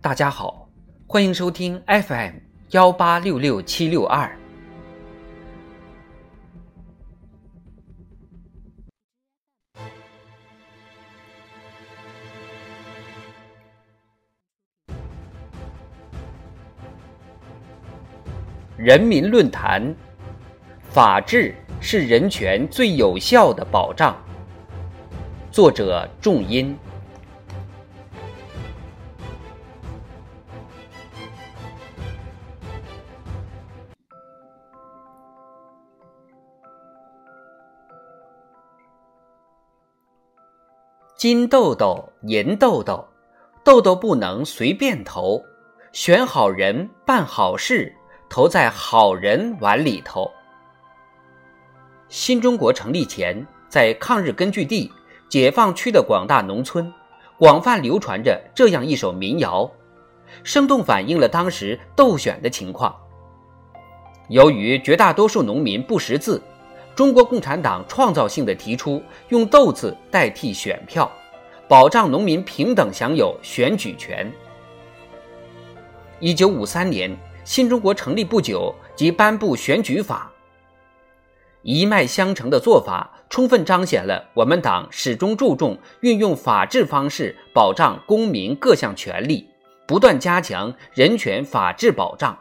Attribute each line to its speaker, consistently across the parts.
Speaker 1: 大家好，欢迎收听 FM1866762。人民论坛：法治是人权最有效的保障。作者：仲音。金豆豆，银豆豆，豆豆不能随便投，选好人办好事，投在好人碗里头。新中国成立前，在抗日根据地、解放区的广大农村，广泛流传着这样一首民谣，生动反映了当时豆选的情况。由于绝大多数农民不识字，中国共产党创造性地提出用豆字代替选票，保障农民平等享有选举权。1953年，新中国成立不久即颁布选举法，一脉相承的做法充分彰显了我们党始终注重运用法治方式保障公民各项权利，不断加强人权法治保障。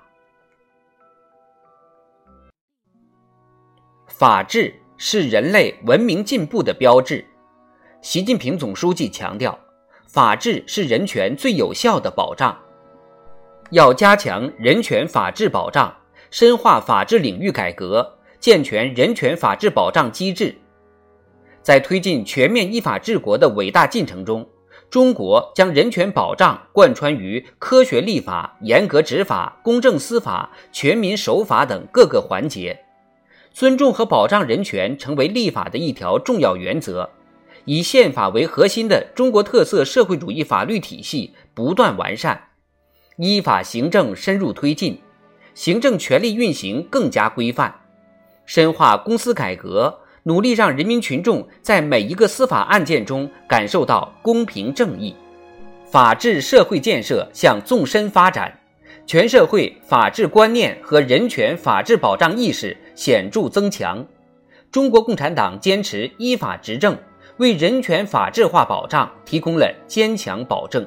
Speaker 1: 法治是人类文明进步的标志。习近平总书记强调，法治是人权最有效的保障。要加强人权法治保障，深化法治领域改革，健全人权法治保障机制。在推进全面依法治国的伟大进程中，中国将人权保障贯穿于科学立法、严格执法、公正司法、全民守法等各个环节。尊重和保障人权成为立法的一条重要原则，以宪法为核心的中国特色社会主义法律体系不断完善，依法行政深入推进，行政权力运行更加规范，深化公司改革，努力让人民群众在每一个司法案件中感受到公平正义。法治社会建设向纵深发展，全社会法治观念和人权法治保障意识显著增强。中国共产党坚持依法执政，为人权法治化保障提供了坚强保证。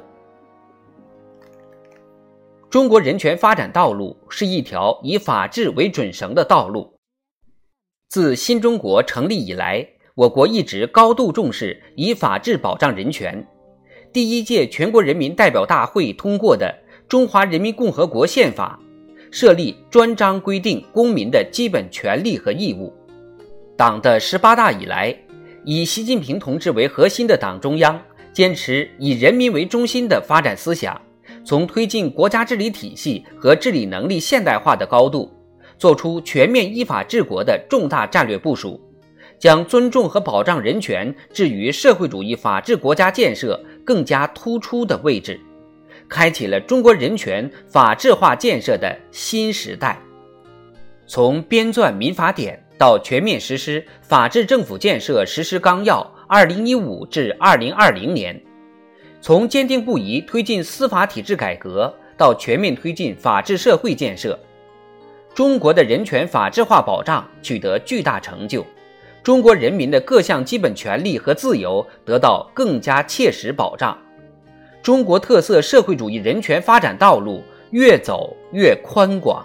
Speaker 1: 中国人权发展道路是一条以法治为准绳的道路。自新中国成立以来，我国一直高度重视以法治保障人权。第一届全国人民代表大会通过的《中华人民共和国宪法》设立专章规定公民的基本权利和义务。党的18大以来，以习近平同志为核心的党中央坚持以人民为中心的发展思想，从推进国家治理体系和治理能力现代化的高度，做出全面依法治国的重大战略部署，将尊重和保障人权置于社会主义法治国家建设更加突出的位置，开启了中国人权法治化建设的新时代。从编纂民法典到全面实施法治政府建设实施纲要2015至2020年，从坚定不移推进司法体制改革到全面推进法治社会建设，中国的人权法治化保障取得巨大成就，中国人民的各项基本权利和自由得到更加切实保障，中国特色社会主义人权发展道路越走越宽广。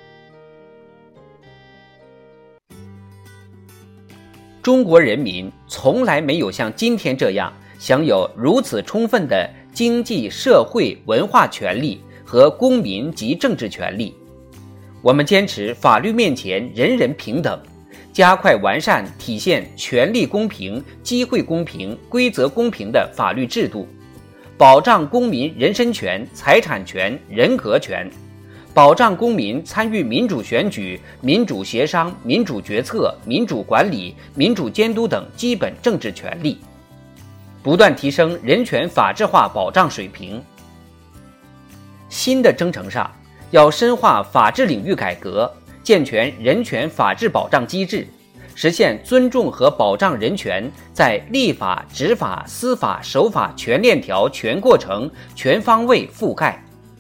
Speaker 1: 中国人民从来没有像今天这样享有如此充分的经济、社会、文化权利和公民及政治权利。我们坚持法律面前人人平等，加快完善体现权利公平、机会公平、规则公平的法律制度，保障公民人身权、财产权、人格权，保障公民参与民主选举、民主协商、民主决策、民主管理、民主监督等基本政治权利，不断提升人权法治化保障水平。新的征程上，要深化法治领域改革，健全人权法治保障机制，实现尊重和保障人权在立法、执法、司法、守法全链条、全过程、全方位覆盖，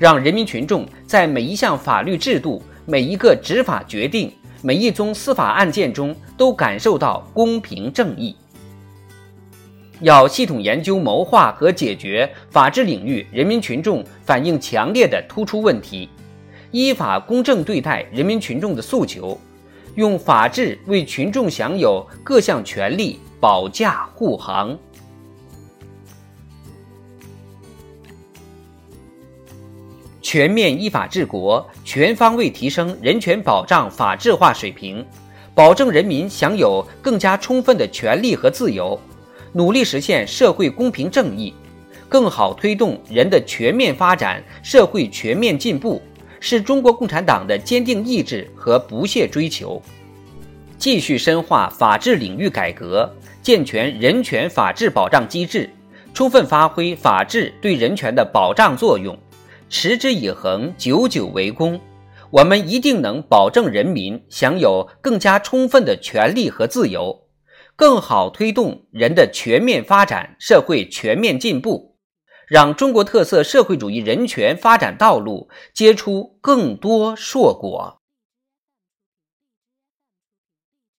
Speaker 1: 让人民群众在每一项法律制度、每一个执法决定、每一宗司法案件中都感受到公平正义。要系统研究谋划和解决法治领域人民群众反映强烈的突出问题，依法公正对待人民群众的诉求，用法治为群众享有各项权利保驾护航。全面依法治国，全方位提升人权保障法治化水平，保证人民享有更加充分的权利和自由，努力实现社会公平正义，更好推动人的全面发展、社会全面进步，是中国共产党的坚定意志和不懈追求。继续深化法治领域改革，健全人权法治保障机制，充分发挥法治对人权的保障作用，持之以恒，久久为功，我们一定能保证人民享有更加充分的权利和自由，更好推动人的全面发展、社会全面进步，让中国特色社会主义人权发展道路结出更多硕果。